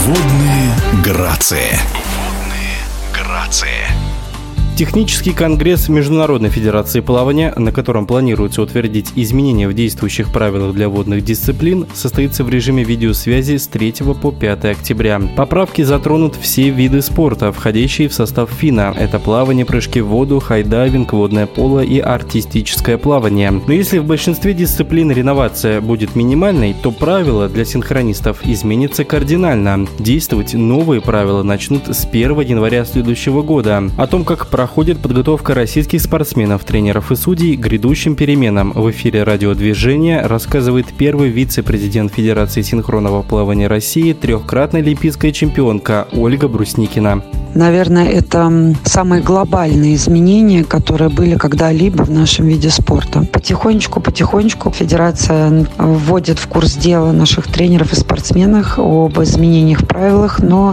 Водные грации. Технический конгресс Международной федерации плавания, на котором планируется утвердить изменения в действующих правилах для водных дисциплин, состоится в режиме видеосвязи с 3 по 5 октября. Поправки затронут все виды спорта, входящие в состав ФИНа. Это плавание, прыжки в воду, хайдайвинг, водное поло и артистическое плавание. Но если в большинстве дисциплин реновация будет минимальной, то правила для синхронистов изменятся кардинально. Действовать новые правила начнут с 1 января следующего года. О том, как проходит подготовка российских спортсменов, тренеров и судей к грядущим переменам, в эфире радиодвижения рассказывает первый вице-президент Федерации синхронного плавания России, трехкратная олимпийская чемпионка Ольга Брусникина. Наверное, это самые глобальные изменения, которые были когда-либо в нашем виде спорта. Потихонечку Федерация вводит в курс дела наших тренеров и спортсменов об изменениях в правилах, но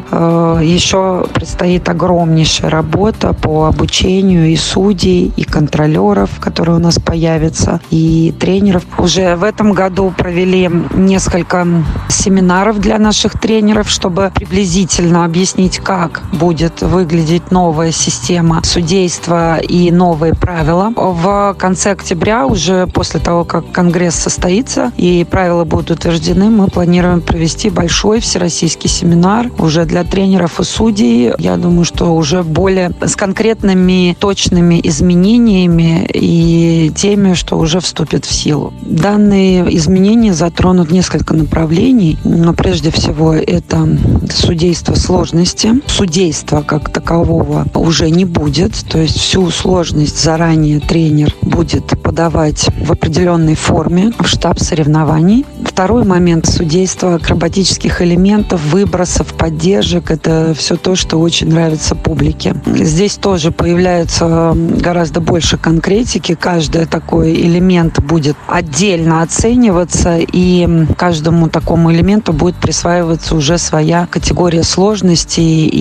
еще предстоит огромнейшая работа по обучению и судей, и контролеров, которые у нас появятся, и тренеров. Уже в этом году провели несколько семинаров для наших тренеров, чтобы приблизительно объяснить, как будет выглядеть новая система судейства и новые правила. В конце октября, уже после того, как Конгресс состоится и правила будут утверждены, мы планируем провести большой всероссийский семинар уже для тренеров и судей. Я думаю, что уже более с конкретными точными изменениями и теми, что уже вступит в силу. Данные изменения затронут несколько направлений, но прежде всего это судейство сложности. Судейство как такового уже не будет, то есть всю сложность заранее тренер будет подавать в определенной форме в штаб соревнований. Второй момент — судейство акробатических элементов, выбросов, поддержек. Это все то, что очень нравится публике. Здесь тоже появляется гораздо больше конкретики. Каждый такой элемент будет отдельно оцениваться, и каждому такому элементу будет присваиваться уже своя категория сложности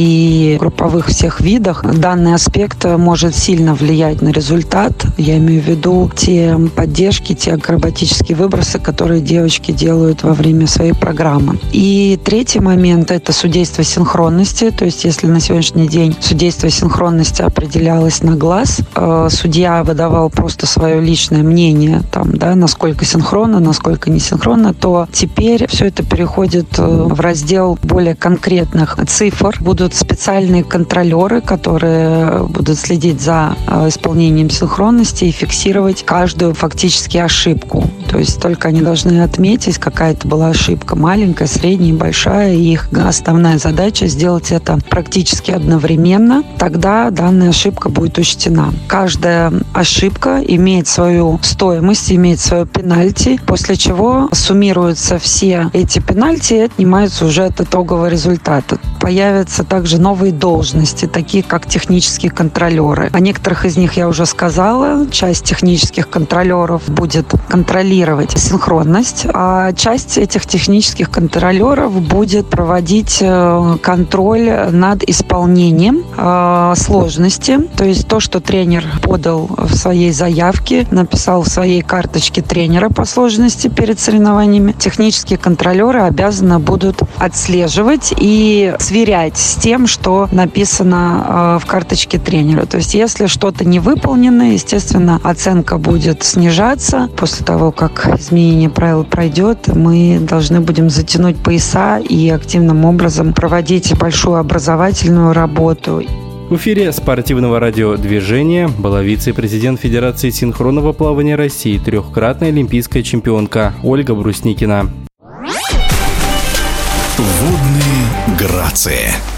и групповых всех видах. Данный аспект может сильно влиять на результат. Я имею в виду те поддержки, те акробатические выбросы, которые девочки делают во время своей программы. И третий момент — это судейство синхронности. То есть если на сегодняшний день судейство синхронности определялось на глаз, судья выдавал просто свое личное мнение, насколько синхронно, насколько не синхронно, то теперь все это переходит в раздел более конкретных цифр. Будут специальные контролеры, которые будут следить за исполнением синхронности и фиксировать каждую фактически ошибку. То есть только они должны отметить, какая-то была ошибка, маленькая, средняя, большая, и их основная задача — сделать это практически одновременно. Тогда данная ошибка будет учтена. Каждая ошибка имеет свою стоимость, имеет свое пенальти, после чего суммируются все эти пенальти и отнимаются уже от итогового результата. Появятся также новые должности, такие как технические контролеры. О некоторых из них я уже сказала. Часть технических контролеров будет контролировать синхронность, а часть этих технических контролеров будет проводить контроль над исполнением сложности. То есть то, что тренер подал в своей заявке, написал в своей карточке тренера по сложности перед соревнованиями, технические контролеры обязаны будут отслеживать и сверять с тем, что написано в карточке тренера. То есть если что-то не выполнено, естественно, оценка будет снижаться. После того, как изменение правил пройдет, мы должны будем затянуть пояса и активным образом проводить большую образовательную работу. В эфире спортивного радиодвижения была вице-президент Федерации синхронного плавания России, трехкратная олимпийская чемпионка Ольга Брусникина. Водные грации.